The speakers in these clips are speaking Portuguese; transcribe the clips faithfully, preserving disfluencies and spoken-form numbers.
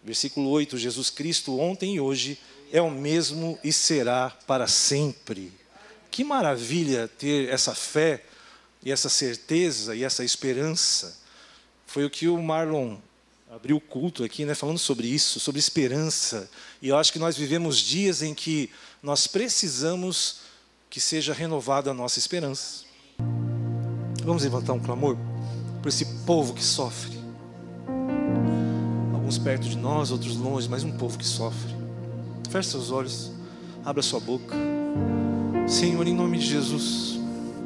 Versículo oito, Jesus Cristo ontem e hoje é o mesmo e será para sempre. Que maravilha ter essa fé e essa certeza e essa esperança. Foi o que o Marlon abriu o culto aqui, né, falando sobre isso, sobre esperança. E eu acho que nós vivemos dias em que nós precisamos que seja renovada a nossa esperança. Vamos levantar um clamor por esse povo que sofre. Alguns perto de nós, outros longe, mas um povo que sofre. Feche seus olhos, abra sua boca. Senhor, em nome de Jesus,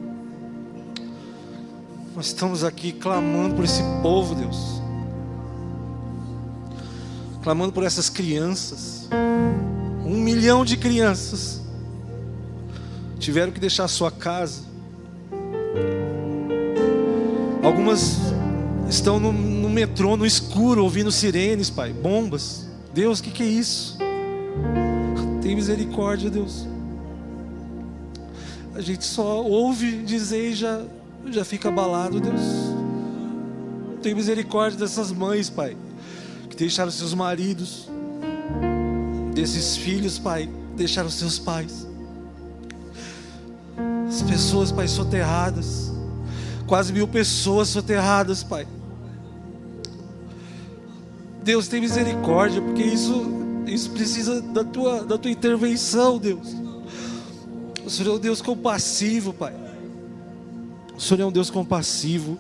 nós estamos aqui clamando por esse povo, Deus. Clamando por essas crianças. Um milhão de crianças tiveram que deixar a sua casa. Algumas estão no, no metrô, no escuro, ouvindo sirenes, Pai, bombas. Deus, o que, que é isso? Tem misericórdia, Deus. A gente só ouve dizer e já, já fica abalado, Deus. Tem misericórdia dessas mães, Pai, que deixaram seus maridos, desses filhos, Pai, deixaram seus pais. As pessoas, Pai, soterradas. Quase mil pessoas soterradas, Pai. Deus, tem misericórdia, porque isso, isso precisa da tua, da tua intervenção, Deus. O Senhor é um Deus compassivo, Pai. O Senhor é um Deus compassivo.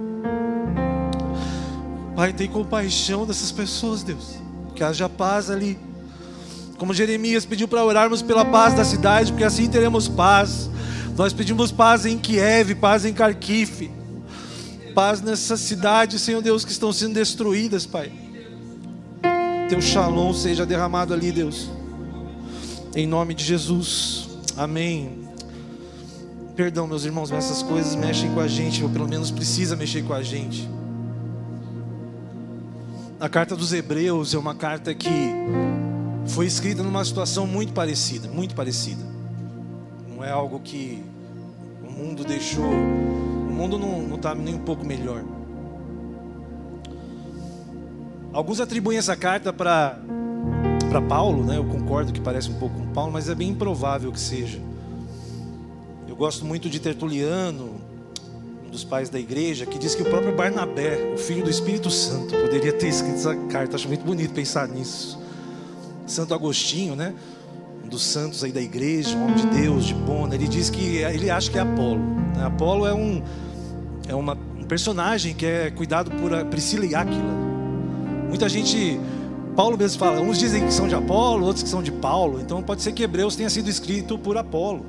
Pai, tem compaixão dessas pessoas, Deus. Que haja paz ali. Como Jeremias pediu para orarmos pela paz da cidade, porque assim teremos paz. Nós pedimos paz em Kiev, paz em Kharkiv, paz nessas cidades, Senhor Deus, que estão sendo destruídas, Pai. Teu shalom seja derramado ali, Deus. Em nome de Jesus. Amém. Perdão, meus irmãos, mas essas coisas mexem com a gente, ou pelo menos precisa mexer com a gente. A carta dos Hebreus é uma carta que foi escrita numa situação muito parecida, muito parecida. Não é algo que o mundo deixou. O mundo não está nem um pouco melhor. Alguns atribuem essa carta para para Paulo, né? Eu concordo que parece um pouco com Paulo, mas é bem improvável que seja. Eu gosto muito de Tertuliano, um dos pais da igreja, que diz que o próprio Barnabé, o filho do Espírito Santo, poderia ter escrito essa carta. Acho muito bonito pensar nisso. Santo Agostinho, né? Um dos santos aí da igreja, um homem de Deus, de Bona, ele diz que ele acha que é Apolo. Apolo é um, é uma, um personagem que é cuidado por Priscila e Áquila. Muita gente, Paulo mesmo fala, uns dizem que são de Apolo, outros que são de Paulo. Então pode ser que Hebreus tenha sido escrito por Apolo.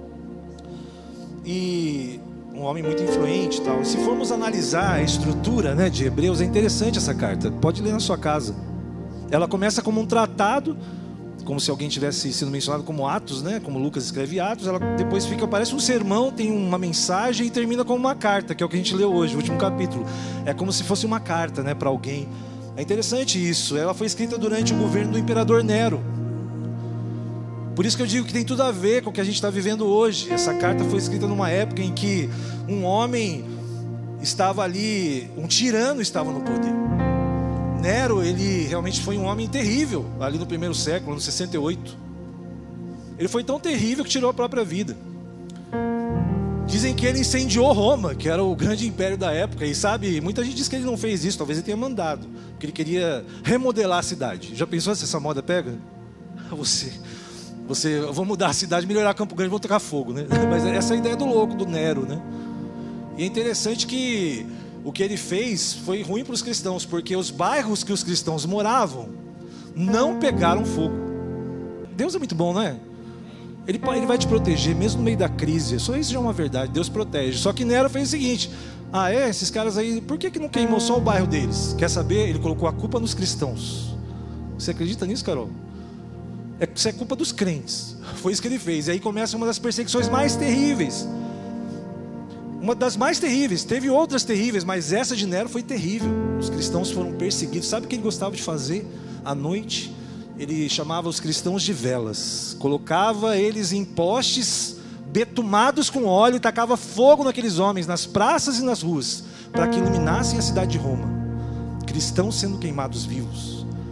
E um homem muito influente e tal. E se formos analisar a estrutura, né, de Hebreus, é interessante essa carta. Pode ler na sua casa. Ela começa como um tratado, como se alguém tivesse sido mencionado como Atos, né? Como Lucas escreve Atos. Ela depois fica, parece um sermão, tem uma mensagem e termina como uma carta, que é o que a gente leu hoje, o último capítulo. É como se fosse uma carta, né, para alguém. É interessante isso. Ela foi escrita durante o governo do imperador Nero. Por isso que eu digo que tem tudo a ver com o que a gente está vivendo hoje. Essa carta foi escrita numa época em que um homem estava ali, um tirano estava no poder. Nero, ele realmente foi um homem terrível, ali no primeiro século, no sessenta e oito. Ele foi tão terrível que tirou a própria vida. Dizem que ele incendiou Roma, que era o grande império da época. E sabe, muita gente diz que ele não fez isso, talvez ele tenha mandado, porque ele queria remodelar a cidade. Já pensou se essa moda pega? Você, você, eu vou mudar a cidade, melhorar Campo Grande, vou tocar fogo, né? Mas essa é a ideia do louco, do Nero, né? E é interessante que o que ele fez foi ruim para os cristãos, porque os bairros que os cristãos moravam não pegaram fogo. Deus é muito bom, não é? Ele, ele vai te proteger mesmo no meio da crise. Só isso já é uma verdade, Deus protege. Só que Nero fez o seguinte: ah é, esses caras aí, por que que não queimou só o bairro deles? Quer saber? Ele colocou a culpa nos cristãos. Você acredita nisso, Carol? É, isso é culpa dos crentes. Foi isso que ele fez. E aí começa uma das perseguições mais terríveis. Uma das mais terríveis. Teve outras terríveis, mas essa de Nero foi terrível. Os cristãos foram perseguidos. Sabe o que ele gostava de fazer à noite? Ele chamava os cristãos de velas. Colocava eles em postes betumados com óleo e tacava fogo naqueles homens, nas praças e nas ruas, para que iluminassem a cidade de Roma. Cristãos sendo queimados vivos.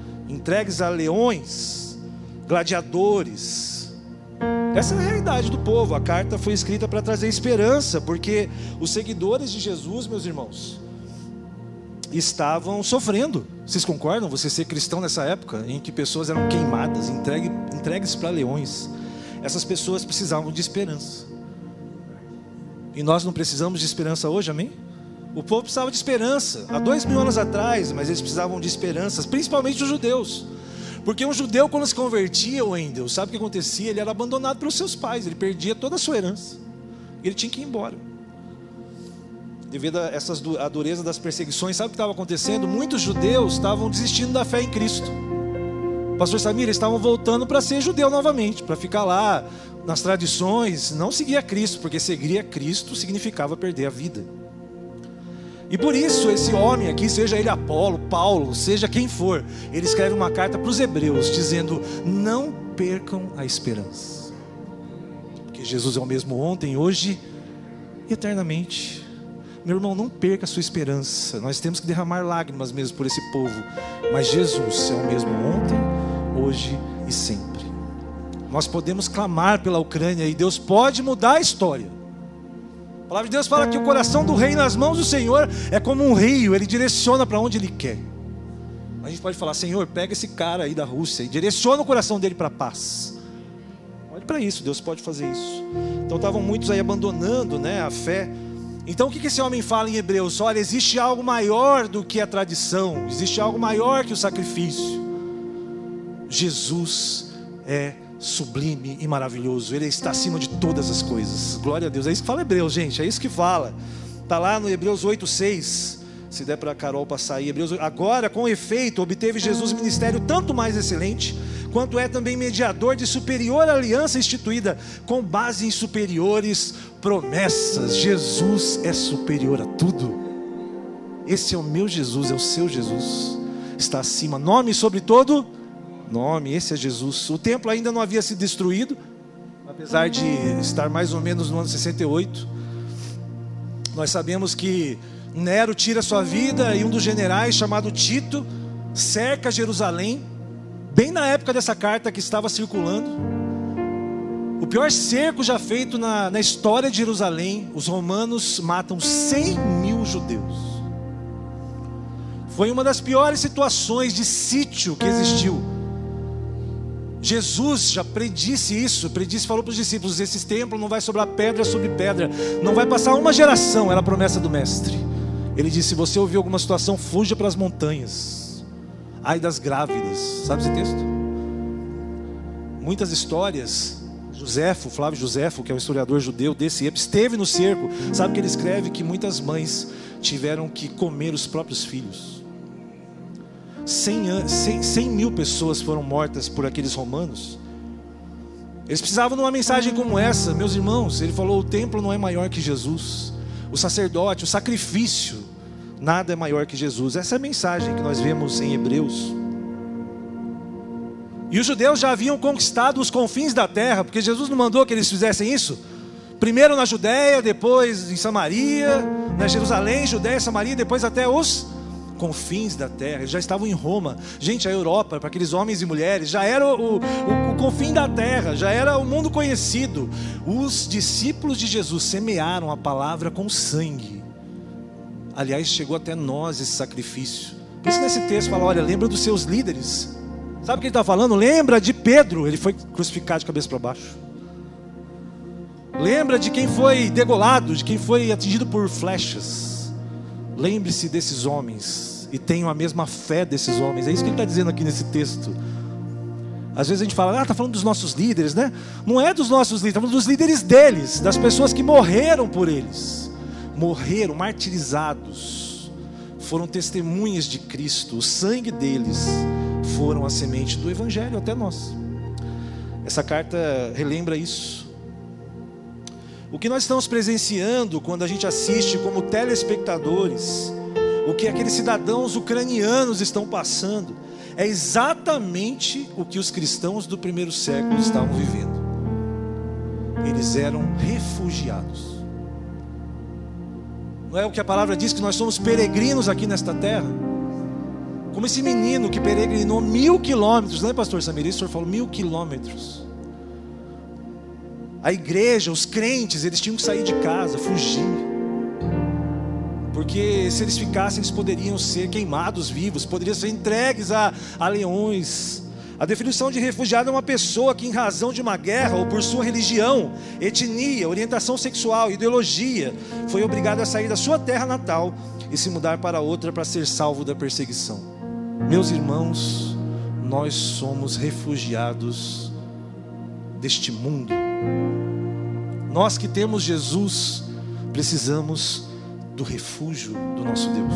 entregues a leões, gladiadores. Essa é a realidade do povo. A carta foi escrita para trazer esperança, porque os seguidores de Jesus, meus irmãos, estavam sofrendo. Vocês concordam? Você ser cristão nessa época em que pessoas eram queimadas, entregue, entregues para leões. Essas pessoas precisavam de esperança. E nós não precisamos de esperança hoje, amém? O povo precisava de esperança há dois mil anos atrás, mas eles precisavam de esperanças, principalmente os judeus. Porque um judeu, quando se convertia, Wendel, sabe o que acontecia? Ele era abandonado pelos seus pais, ele perdia toda a sua herança. Ele tinha que ir embora. Devido a essas, a dureza das perseguições, sabe o que estava acontecendo? Muitos judeus estavam desistindo da fé em Cristo. Pastor Samir, eles estavam voltando para ser judeu novamente, para ficar lá nas tradições, não seguir a Cristo, porque seguir a Cristo significava perder a vida. E por isso esse homem aqui, seja ele Apolo, Paulo, seja quem for, ele escreve uma carta para os hebreus, dizendo: não percam a esperança, porque Jesus é o mesmo ontem, hoje e eternamente. Meu irmão, não perca a sua esperança. Nós temos que derramar lágrimas mesmo por esse povo, mas Jesus é o mesmo ontem, hoje e sempre. Nós podemos clamar pela Ucrânia e Deus pode mudar a história. A palavra de Deus fala que o coração do rei nas mãos do Senhor é como um rio, ele direciona para onde ele quer. A gente pode falar: Senhor, pega esse cara aí da Rússia e direciona o coração dele para a paz. Olhe para isso, Deus pode fazer isso. Então estavam muitos aí abandonando, né, a fé. Então o que esse homem fala em Hebreus? Olha, existe algo maior do que a tradição, existe algo maior que o sacrifício. Jesus é sublime e maravilhoso, Ele está acima de todas as coisas. Glória a Deus, é isso que fala Hebreus, gente, é isso que fala. Está lá no Hebreus oito, seis. Se der para a Carol passar aí, Hebreus. Agora, com efeito, obteve Jesus ministério tanto mais excelente, quanto é também mediador de superior aliança instituída, com base em superiores promessas. Jesus é superior a tudo. Esse é o meu Jesus, é o seu Jesus. Está acima, nome sobre todo nome, esse é Jesus. O templo ainda não havia sido destruído, apesar de estar mais ou menos no ano sessenta e oito. Nós sabemos que Nero tira sua vida e um dos generais, chamado Tito, cerca Jerusalém, bem na época dessa carta que estava circulando. O pior cerco já feito na, na história de Jerusalém. Os romanos matam cem mil judeus. Foi uma das piores situações de sítio que existiu. Jesus já predisse isso, predisse, falou para os discípulos: esse templo não vai sobrar pedra sobre pedra, não vai passar uma geração, era a promessa do mestre. Ele disse: se você ouvir alguma situação, fuja para as montanhas, ai das grávidas. Sabe esse texto? Muitas histórias. Josefo, Flávio Josefo, que é um historiador judeu desse, esteve no cerco. Sabe que ele escreve que muitas mães tiveram que comer os próprios filhos. cem mil pessoas foram mortas por aqueles romanos. Eles precisavam de uma mensagem como essa, meus irmãos. Ele falou: o templo não é maior que Jesus, o sacerdote, o sacrifício, nada é maior que Jesus. Essa é a mensagem que nós vemos em Hebreus. E os judeus já haviam conquistado os confins da terra, porque Jesus não mandou que eles fizessem isso? Primeiro na Judéia, depois em Samaria, na Jerusalém, Judéia, Samaria, depois até os confins da terra. Eles já estavam em Roma. Gente, a Europa, para aqueles homens e mulheres, já era o, o, o confim da terra, já era o mundo conhecido. Os discípulos de Jesus semearam a palavra com sangue. Aliás, chegou até nós esse sacrifício. Por isso nesse texto fala: olha, lembra dos seus líderes. Sabe o que ele está falando? Lembra de Pedro, ele foi crucificado de cabeça para baixo. Lembra de quem foi degolado, de quem foi atingido por flechas. Lembre-se desses homens e tenham a mesma fé desses homens. É isso que ele está dizendo aqui nesse texto. Às vezes a gente fala: ah, está falando dos nossos líderes, né? Não é dos nossos líderes, está falando dos líderes deles, das pessoas que morreram por eles. Morreram, martirizados, foram testemunhas de Cristo. O sangue deles foram a semente do Evangelho até nós. Essa carta relembra isso. O que nós estamos presenciando quando a gente assiste como telespectadores, o que aqueles cidadãos ucranianos estão passando, é exatamente o que os cristãos do primeiro século estavam vivendo. Eles eram refugiados. Não é o que a palavra diz, que nós somos peregrinos aqui nesta terra? Como esse menino que peregrinou mil quilômetros, né, pastor Samir? Isso o senhor falou, mil quilômetros. A igreja, os crentes, eles tinham que sair de casa, fugir. Porque se eles ficassem, eles poderiam ser queimados vivos, poderiam ser entregues a, a leões. A definição de refugiado é uma pessoa que, em razão de uma guerra ou por sua religião, etnia, orientação sexual, ideologia, foi obrigado a sair da sua terra natal e se mudar para outra para ser salvo da perseguição. Meus irmãos, nós somos refugiados deste mundo. Nós que temos Jesus, precisamos do refúgio do nosso Deus.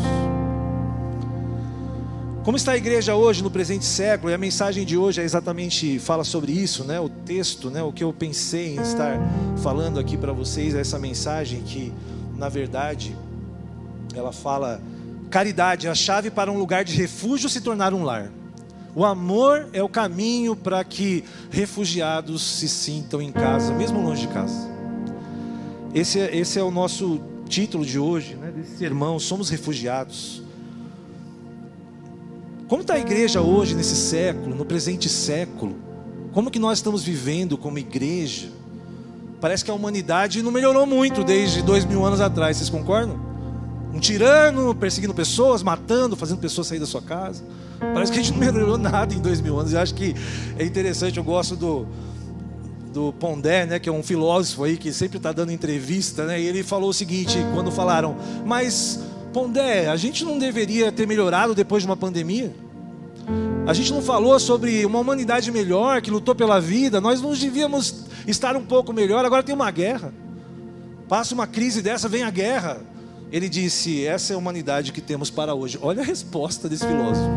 Como está a igreja hoje no presente século? E a mensagem de hoje é exatamente, fala sobre isso, né? O texto, né? O que eu pensei em estar falando aqui para vocês, é essa mensagem que, na verdade, ela fala: caridade é a chave para um lugar de refúgio se tornar um lar. O amor é o caminho para que refugiados se sintam em casa, mesmo longe de casa. Esse é, esse é o nosso título de hoje, né, desse sermão, somos refugiados. Como está a igreja hoje, nesse século, no presente século? Como que nós estamos vivendo como igreja? Parece que a humanidade não melhorou muito desde dois mil anos atrás, vocês concordam? Um tirano perseguindo pessoas, matando, fazendo pessoas sair da sua casa. Parece que a gente não melhorou nada em dois mil anos. Eu acho que é interessante, eu gosto do, do Pondé, né, que é um filósofo aí que sempre está dando entrevista, né, e ele falou o seguinte, quando falaram: mas Pondé, a gente não deveria ter melhorado depois de uma pandemia? A gente não falou sobre uma humanidade melhor, que lutou pela vida? Nós não devíamos estar um pouco melhor? Agora tem uma guerra, passa uma crise dessa, vem a guerra. Ele disse: essa é a humanidade que temos para hoje. Olha a resposta desse filósofo.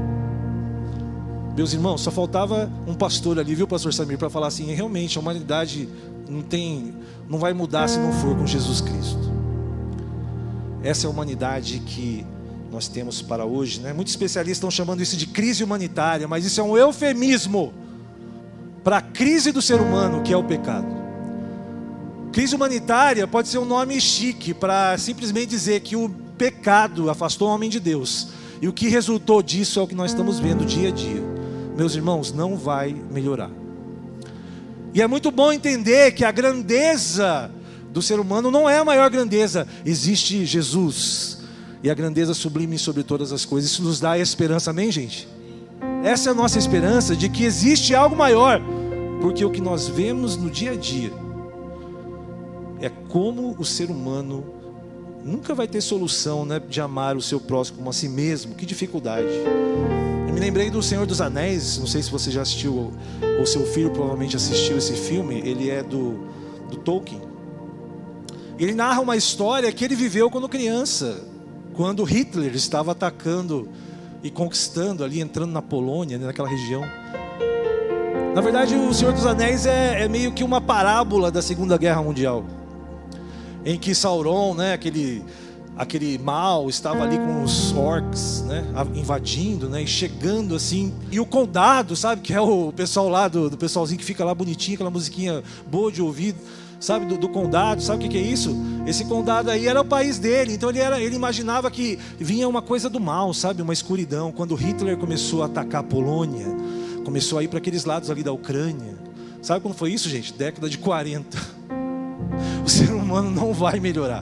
Meus irmãos, só faltava um pastor ali, viu, pastor Samir, para falar assim: realmente a humanidade não tem, não vai mudar se não for com Jesus Cristo. Essa é a humanidade que nós temos para hoje, né? Muitos especialistas estão chamando isso de crise humanitária, mas isso é um eufemismo para a crise do ser humano, que é o pecado. Crise humanitária pode ser um nome chique para simplesmente dizer que o pecado afastou o homem de Deus, e o que resultou disso é o que nós estamos vendo dia a dia. Meus irmãos, não vai melhorar. E é muito bom entender que a grandeza do ser humano não é a maior grandeza. Existe Jesus, e a grandeza sublime sobre todas as coisas. Isso nos dá a esperança, amém, gente? Essa é a nossa esperança, de que existe algo maior. Porque o que nós vemos no dia a dia é como o ser humano nunca vai ter solução, né, de amar o seu próximo como a si mesmo. Que dificuldade. Eu me lembrei do Senhor dos Anéis. Não sei se você já assistiu, ou seu filho provavelmente assistiu esse filme. Ele é do, do Tolkien. Ele narra uma história que ele viveu quando criança, quando Hitler estava atacando e conquistando ali, entrando na Polônia, né, naquela região. Na verdade, o Senhor dos Anéis é, é meio que uma parábola da Segunda Guerra Mundial, em que Sauron, né, aquele, aquele mal, estava ali com os orcs, né, invadindo, né, e chegando assim. E o condado, sabe, que é o pessoal lá, do, do pessoalzinho que fica lá bonitinho, aquela musiquinha boa de ouvido, sabe, do, do condado, sabe o que, que é isso? Esse condado aí era o país dele. Então ele, era, ele imaginava que vinha uma coisa do mal, sabe, uma escuridão. Quando Hitler começou a atacar a Polônia, começou a ir para aqueles lados ali da Ucrânia. Sabe quando foi isso, gente? Década de quarenta. O ser humano não vai melhorar.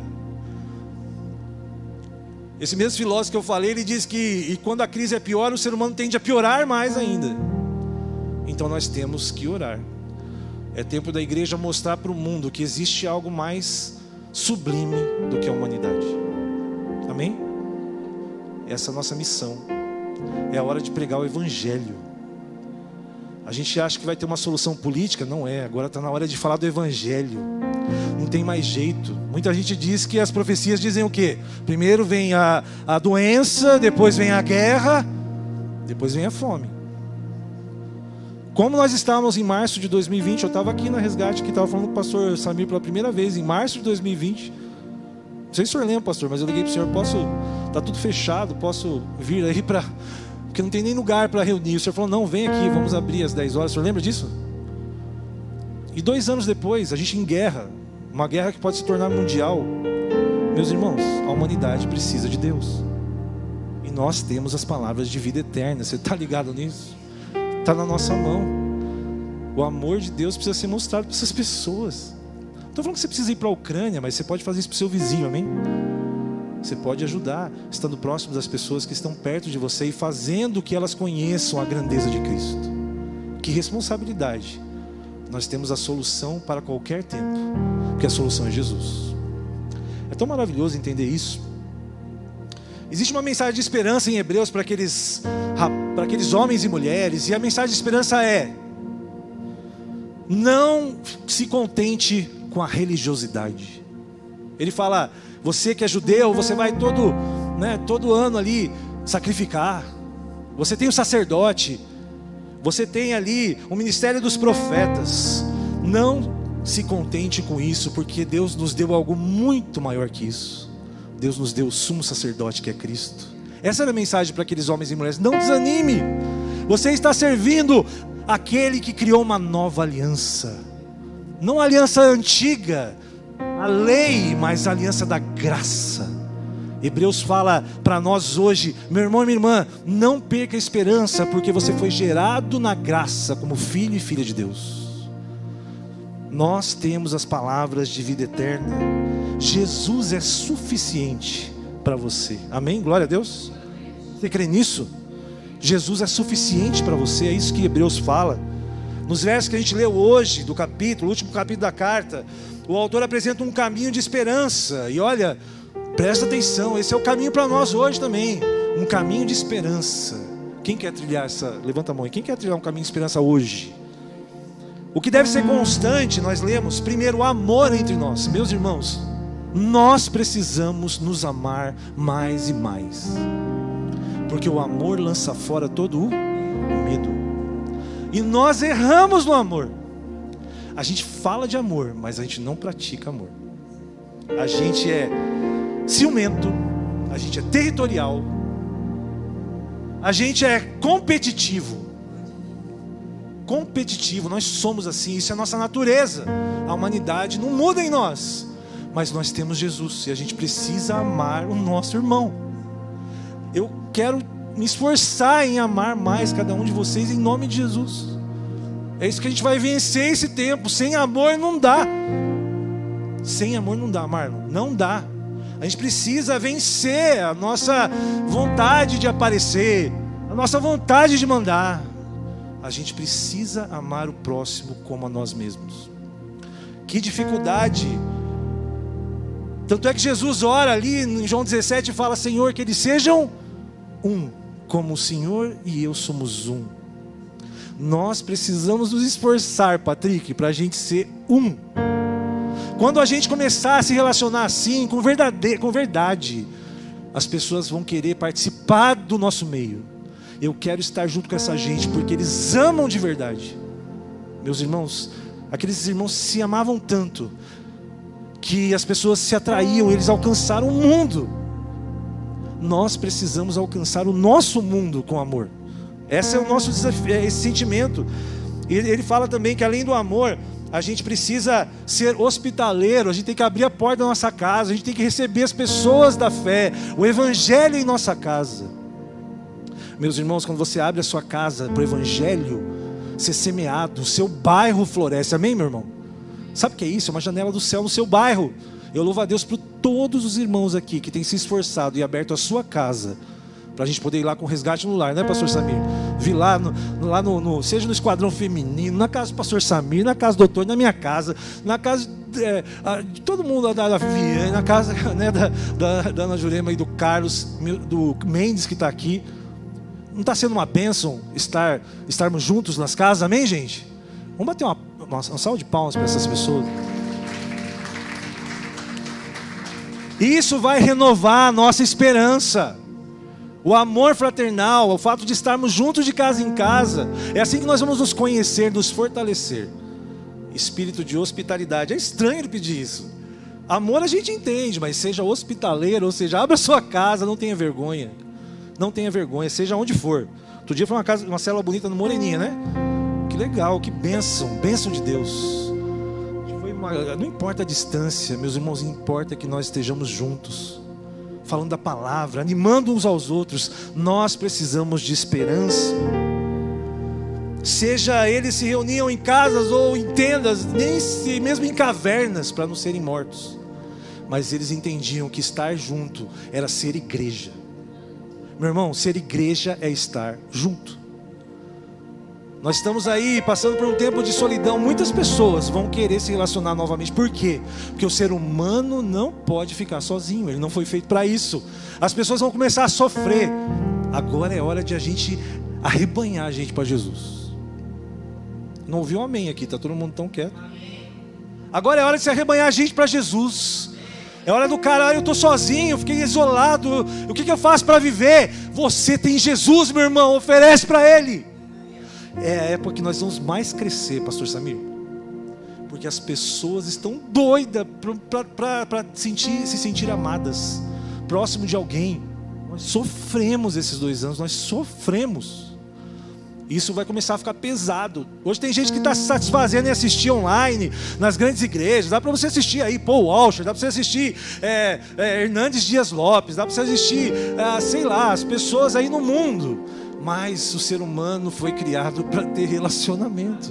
Esse mesmo filósofo que eu falei, ele diz que e quando a crise é pior, o ser humano tende a piorar mais ainda. Então nós temos que orar. É tempo da igreja mostrar para o mundo que existe algo mais sublime do que a humanidade. Amém? Essa é a nossa missão. É a hora de pregar o evangelho. A gente acha que vai ter uma solução política? Não é. Agora está na hora de falar do evangelho. Não tem mais jeito. Muita gente diz que as profecias dizem o quê? Primeiro vem a, a doença, depois vem a guerra, depois vem a fome. Como nós estávamos em março de dois mil e vinte, eu estava aqui na Resgate, que estava falando com o pastor Samir pela primeira vez, em março de dois mil e vinte. Não sei se o senhor lembra, pastor, mas eu liguei para o senhor: posso, está tudo fechado, posso vir aí para... Porque não tem nem lugar para reunir. O senhor falou: não, vem aqui, vamos abrir às dez horas. O senhor lembra disso? E dois anos depois, a gente em guerra, uma guerra que pode se tornar mundial. Meus irmãos, a humanidade precisa de Deus. E nós temos as palavras de vida eterna. Você está ligado nisso? Está na nossa mão. O amor de Deus precisa ser mostrado para essas pessoas. Não estou falando que você precisa ir para a Ucrânia, mas você pode fazer isso para o seu vizinho, amém? Você pode ajudar, estando próximo das pessoas que estão perto de você e fazendo que elas conheçam a grandeza de Cristo. Que responsabilidade! Nós temos a solução para qualquer tempo, porque a solução é Jesus. É tão maravilhoso entender isso. Existe uma mensagem de esperança em Hebreus para aqueles, para aqueles homens e mulheres, e a mensagem de esperança é: não se contente com a religiosidade. Ele fala: você que é judeu, você vai todo, né, todo ano ali sacrificar. Você tem o sacerdote, você tem ali o ministério dos profetas. Não se contente com isso, porque Deus nos deu algo muito maior que isso. Deus nos deu o sumo sacerdote, que é Cristo. Essa era a mensagem para aqueles homens e mulheres: não desanime, você está servindo aquele que criou uma nova aliança. Não a aliança antiga, a lei, mas a aliança da graça. Hebreus fala para nós hoje: meu irmão e minha irmã, não perca a esperança, porque você foi gerado na graça como filho e filha de Deus. Nós temos as palavras de vida eterna. Jesus é suficiente para você. Amém? Glória a Deus. Você crê nisso? Jesus é suficiente para você. É isso que Hebreus fala. Nos versos que a gente leu hoje do capítulo, o último capítulo da carta, o autor apresenta um caminho de esperança. E olha, presta atenção, esse é o caminho para nós hoje também. Um caminho de esperança. Quem quer trilhar essa? Levanta a mão. Quem quer trilhar um caminho de esperança hoje? O que deve ser constante, nós lemos, primeiro, o amor entre nós. Meus irmãos, nós precisamos nos amar mais e mais, porque o amor lança fora todo o medo. E nós erramos no amor. A gente fala de amor, mas a gente não pratica amor. A gente é ciumento, a gente é territorial, a gente é competitivo. Competitivo, nós somos assim, isso é a nossa natureza. A humanidade não muda em nós, mas nós temos Jesus e a gente precisa amar o nosso irmão. Eu quero me esforçar em amar mais cada um de vocês em nome de Jesus. É isso que a gente vai vencer esse tempo. Sem amor não dá. Sem amor não dá, Marlon, não dá. A gente precisa vencer a nossa vontade de aparecer, a nossa vontade de mandar. A gente precisa amar o próximo como a nós mesmos. Que dificuldade! Tanto é que Jesus ora ali em João dezessete e fala: Senhor, que eles sejam um, como o Senhor e eu somos um. Nós precisamos nos esforçar, Patrick, para a gente ser um. Quando a gente começar a se relacionar assim, com verdade, com verdade, as pessoas vão querer participar do nosso meio. Eu quero estar junto com essa gente, porque eles amam de verdade. Meus irmãos, aqueles irmãos se amavam tanto, que as pessoas se atraíam, eles alcançaram o mundo. Nós precisamos alcançar o nosso mundo com amor. Esse é o nosso desafio, é esse sentimento. Ele, ele fala também que além do amor, a gente precisa ser hospitaleiro, a gente tem que abrir a porta da nossa casa, a gente tem que receber as pessoas da fé, o evangelho em nossa casa. Meus irmãos, quando você abre a sua casa para o evangelho ser semeado, o seu bairro floresce. Amém, meu irmão? Sabe o que é isso? É uma janela do céu no seu bairro. Eu louvo a Deus por todos os irmãos aqui que têm se esforçado e aberto a sua casa, para a gente poder ir lá com o resgate no lar, né, pastor Samir? Vi lá, no, lá no, no, seja no esquadrão feminino, na casa do pastor Samir, na casa do doutor, na minha casa, na casa é, de todo mundo da, da Viviane, na casa, né, da, da, da Ana Jurema e do Carlos, do Mendes que está aqui. Não está sendo uma bênção estar, estarmos juntos nas casas, amém, gente? Vamos bater uma, uma, uma salva de palmas para essas pessoas. Isso vai renovar a nossa esperança. O amor fraternal, o fato de estarmos juntos de casa em casa, é assim que nós vamos nos conhecer, nos fortalecer. Espírito de hospitalidade, é estranho ele pedir isso. Amor a gente entende, mas seja hospitaleiro, ou seja, abra sua casa, não tenha vergonha. Não tenha vergonha, seja onde for. Outro dia foi uma, casa, uma célula bonita no Moreninha, né? Que legal, que bênção, bênção de Deus. Foi uma, não importa a distância, meus irmãos, importa que nós estejamos juntos. falando da palavra, animando uns aos outros. Nós precisamos de esperança. Seja eles se reuniam em casas ou em tendas, nem se, mesmo em cavernas, para não serem mortos. Mas eles entendiam que estar junto era ser igreja. Meu irmão, ser igreja é estar junto. Nós estamos aí passando por um tempo de solidão. Muitas pessoas vão querer se relacionar novamente. Por quê? Porque o ser humano não pode ficar sozinho. Ele não foi feito para isso. As pessoas vão começar a sofrer. Agora é hora de a gente arrebanhar a gente para Jesus. Não ouviu um amém aqui? Está todo mundo tão quieto. Agora é hora de se arrebanhar a gente para Jesus. É hora do cara, ah, eu estou sozinho, eu fiquei isolado. O que, que eu faço para viver? Você tem Jesus, meu irmão. Oferece para Ele. É a época que nós vamos mais crescer, pastor Samir. Porque as pessoas estão doidas para sentir, se sentir amadas, próximo de alguém. Nós sofremos esses dois anos, nós sofremos. Isso vai começar a ficar pesado. Hoje tem gente que está se satisfazendo em assistir online, nas grandes igrejas. Dá para você assistir aí Paul Washer, dá para você assistir é, é, Hernandes Dias Lopes, dá para você assistir, é, sei lá, as pessoas aí no mundo. Mas o ser humano foi criado para ter relacionamento.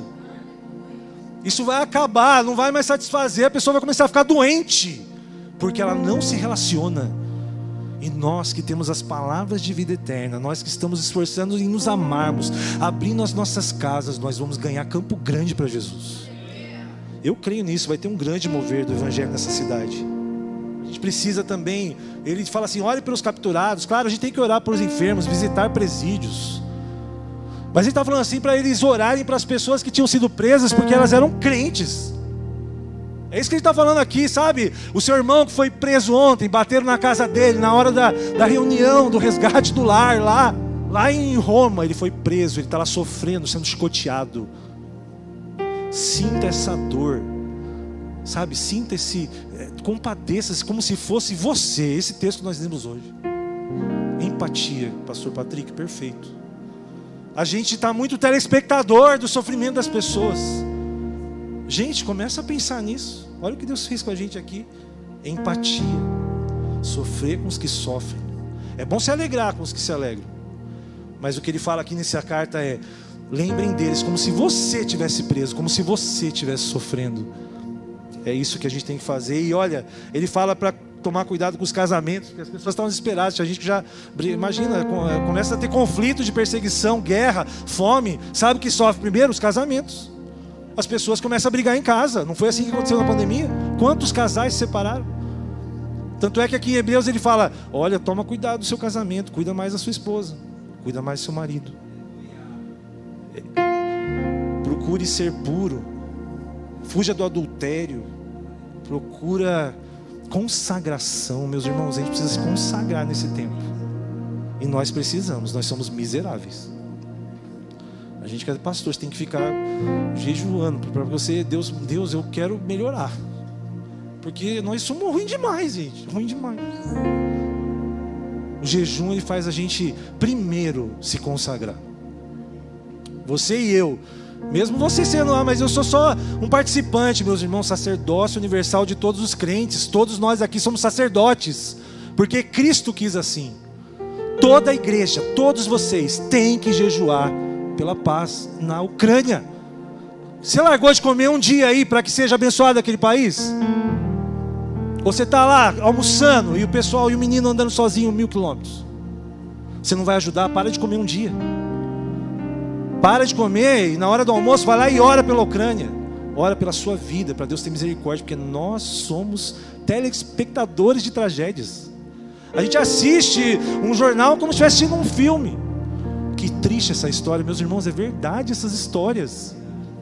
Isso vai acabar, não vai mais satisfazer. A pessoa vai começar a ficar doente, porque ela não se relaciona. E nós que temos as palavras de vida eterna, nós que estamos esforçando em nos amarmos, abrindo as nossas casas, nós vamos ganhar Campo Grande para Jesus. Eu creio nisso, vai ter um grande mover do Evangelho nessa cidade. A gente precisa também, ele fala assim, ore pelos capturados. Claro, a gente tem que orar pelos enfermos, visitar presídios. Mas ele está falando assim para eles orarem para as pessoas que tinham sido presas porque elas eram crentes. É isso que ele está falando aqui, sabe? O seu irmão que foi preso ontem, bateram na casa dele, na hora da, da reunião, do resgate do lar, lá, lá em Roma, ele foi preso, ele está lá sofrendo, sendo chicoteado. Sinta essa dor, sabe? Sinta esse, é, compadeça-se como se fosse você, esse texto que nós lemos hoje. Empatia, pastor Patrick, perfeito. A gente está muito telespectador do sofrimento das pessoas. Gente, começa a pensar nisso. Olha o que Deus fez com a gente aqui. Empatia. Sofrer com os que sofrem. É bom se alegrar com os que se alegram. Mas o que ele fala aqui nessa carta é: lembrem deles como se você estivesse preso, como se você estivesse sofrendo. É isso que a gente tem que fazer. E olha, ele fala para tomar cuidado com os casamentos, porque as pessoas estão desesperadas. A gente já, imagina, começa a ter conflito de perseguição, guerra, fome. Sabe o que sofre primeiro? Os casamentos. As pessoas começam a brigar em casa. Não foi assim que aconteceu na pandemia? Quantos casais se separaram? Tanto é que aqui em Hebreus ele fala: olha, toma cuidado do seu casamento, cuida mais da sua esposa, cuida mais do seu marido. Procure ser puro, fuja do adultério, procura consagração. Meus irmãos, a gente precisa se consagrar nesse tempo. E nós precisamos, nós somos miseráveis. A gente que é pastor, você tem que ficar jejuando para você, Deus, Deus, eu quero melhorar. Porque nós somos ruins demais, gente, ruim demais. O jejum, ele faz a gente primeiro se consagrar. Você e eu, mesmo você sendo lá, mas eu sou só um participante, meus irmãos, sacerdócio universal de todos os crentes. Todos nós aqui somos sacerdotes, porque Cristo quis assim. Toda a igreja, todos vocês têm que jejuar pela paz na Ucrânia. Você largou de comer um dia aí para que seja abençoado aquele país? Ou você está lá almoçando e o pessoal e o menino andando sozinho mil quilômetros? Você não vai ajudar? Para de comer um dia. Para de comer e na hora do almoço vai lá e ora pela Ucrânia. Ora pela sua vida, para Deus ter misericórdia, porque nós somos telespectadores de tragédias. A gente assiste um jornal como se estivesse assistindo um filme. Que triste essa história, meus irmãos, é verdade essas histórias.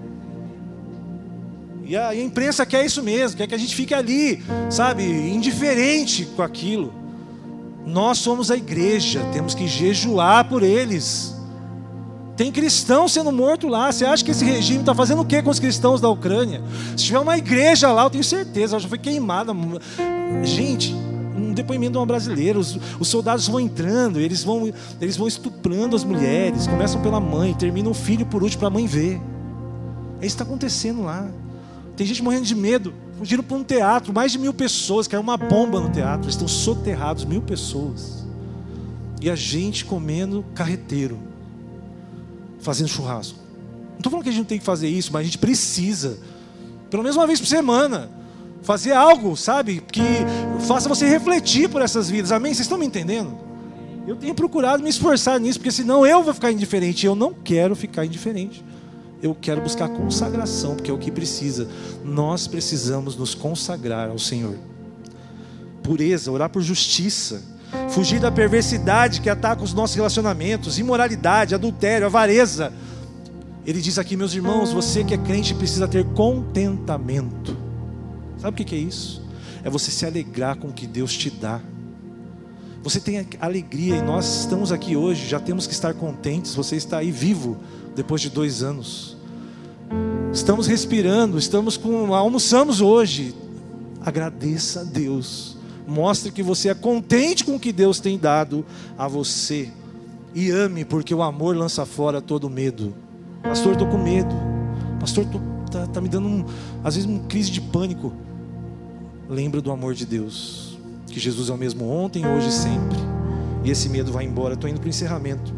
E a imprensa quer isso mesmo, quer que a gente fique ali, sabe, indiferente com aquilo. Nós somos a igreja, temos que jejuar por eles. Tem cristão sendo morto lá. Você acha que esse regime está fazendo o que com os cristãos da Ucrânia? Se tiver uma igreja lá, eu tenho certeza, ela já foi queimada. Gente, um depoimento de uma brasileira, os, os soldados vão entrando, eles vão, eles vão estuprando as mulheres, começam pela mãe, terminam o filho por último para a mãe ver. É isso que está acontecendo lá. Tem gente morrendo de medo, fugiram para um teatro, mais de mil pessoas, caiu uma bomba no teatro, estão soterrados, mil pessoas. E a gente comendo carreteiro, fazendo churrasco. Não estou falando que a gente não tem que fazer isso, mas a gente precisa, pelo menos uma vez por semana, fazer algo, sabe, que faça você refletir por essas vidas. Amém? Vocês estão me entendendo? Eu tenho procurado me esforçar nisso, porque senão eu vou ficar indiferente. Eu não quero ficar indiferente. Eu quero buscar consagração, porque é o que precisa. Nós precisamos nos consagrar ao Senhor. Pureza, orar por justiça, fugir da perversidade que ataca os nossos relacionamentos, imoralidade, adultério, avareza. Ele diz aqui, meus irmãos, você que é crente precisa ter contentamento. Sabe o que é isso? É você se alegrar com o que Deus te dá. Você tem alegria e nós estamos aqui hoje, já temos que estar contentes. Você está aí vivo depois de dois anos. Estamos respirando, estamos com, almoçamos hoje. Agradeça a Deus. Mostre que você é contente com o que Deus tem dado a você. E ame, porque o amor lança fora todo medo. Pastor, estou com medo. Pastor, está tá me dando, um, às vezes, uma crise de pânico. Lembra do amor de Deus. Que Jesus é o mesmo ontem, hoje e sempre. E esse medo vai embora. Estou indo para o encerramento.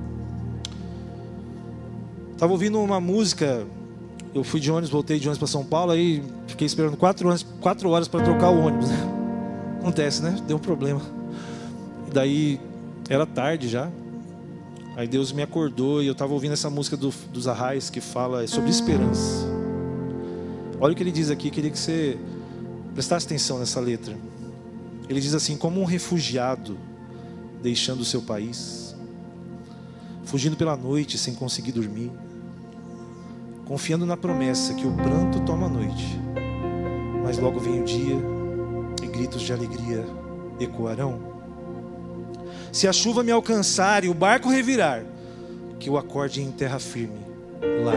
Estava ouvindo uma música. Eu fui de ônibus, voltei de ônibus para São Paulo. Aí fiquei esperando quatro horas, quatro horas para trocar o ônibus, né? Acontece, né? Deu um problema. E daí era tarde já. Aí Deus me acordou e eu estava ouvindo essa música do, dos Arrais que fala sobre esperança. Olha o que ele diz aqui. Queria que você prestasse atenção nessa letra. Ele diz assim: como um refugiado deixando o seu país, fugindo pela noite sem conseguir dormir, confiando na promessa que o pranto toma a noite, mas logo vem o dia e gritos de alegria ecoarão. Se a chuva me alcançar e o barco revirar, que eu acorde em terra firme, lar.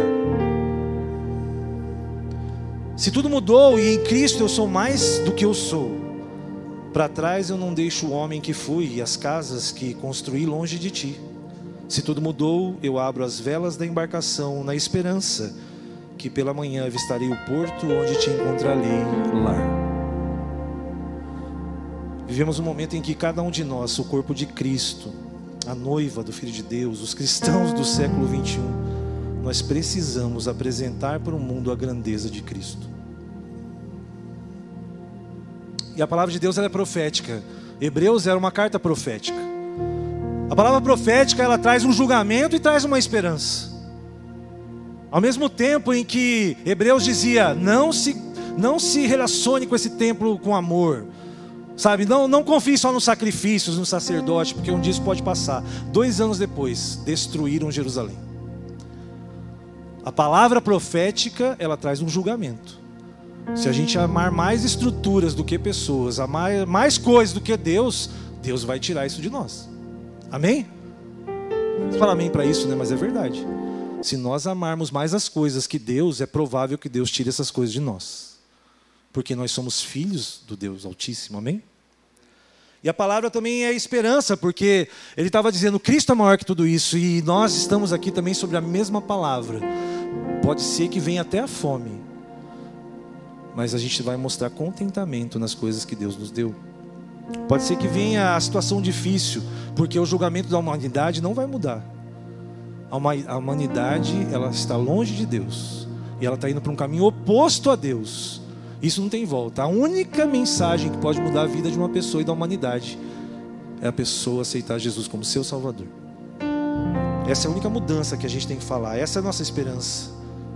Se tudo mudou e em Cristo eu sou mais do que eu sou, para trás eu não deixo o homem que fui e as casas que construí longe de ti. Se tudo mudou, eu abro as velas da embarcação na esperança que pela manhã avistarei o porto onde te encontrarei lar. Vivemos um momento em que cada um de nós, o corpo de Cristo, a noiva do Filho de Deus, os cristãos do século vinte e um, nós precisamos apresentar para o mundo a grandeza de Cristo. E a palavra de Deus ela é profética. Hebreus era uma carta profética. A palavra profética ela traz um julgamento e traz uma esperança. Ao mesmo tempo em que Hebreus dizia, não se, não se relacione com esse templo com amor. Sabe, não, não confie só nos sacrifícios, no sacerdote, porque um dia isso pode passar. Dois anos depois, destruíram Jerusalém. A palavra profética, ela traz um julgamento. Se a gente amar mais estruturas do que pessoas, amar mais coisas do que Deus, Deus vai tirar isso de nós. Amém? Você fala amém para isso, né? Mas é verdade. Se nós amarmos mais as coisas que Deus, é provável que Deus tire essas coisas de nós. Porque nós somos filhos do Deus Altíssimo, amém? E a palavra também é esperança, porque ele estava dizendo, Cristo é maior que tudo isso, e nós estamos aqui também sobre a mesma palavra. Pode ser que venha até a fome, mas a gente vai mostrar contentamento nas coisas que Deus nos deu. Pode ser que venha a situação difícil, porque o julgamento da humanidade não vai mudar. A humanidade, ela está longe de Deus, e ela está indo para um caminho oposto a Deus. Isso não tem volta. A única mensagem que pode mudar a vida de uma pessoa e da humanidade é a pessoa aceitar Jesus como seu Salvador. Essa é a única mudança que a gente tem que falar. Essa é a nossa esperança.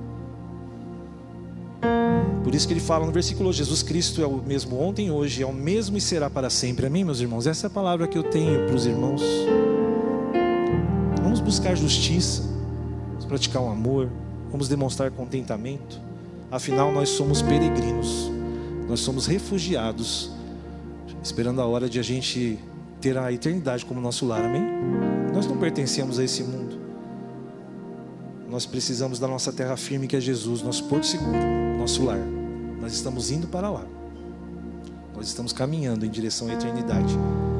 Por isso que ele fala no versículo, Jesus Cristo é o mesmo ontem, hoje, é o mesmo e será para sempre. Amém, meus irmãos? Essa é a palavra que eu tenho para os irmãos. Vamos buscar justiça, vamos praticar um amor, vamos demonstrar contentamento. Afinal, nós somos peregrinos, nós somos refugiados, esperando a hora de a gente ter a eternidade como nosso lar, amém? Nós não pertencemos a esse mundo. Nós precisamos da nossa terra firme, que é Jesus, nosso porto seguro, nosso lar. Nós estamos indo para lá. Nós estamos caminhando em direção à eternidade.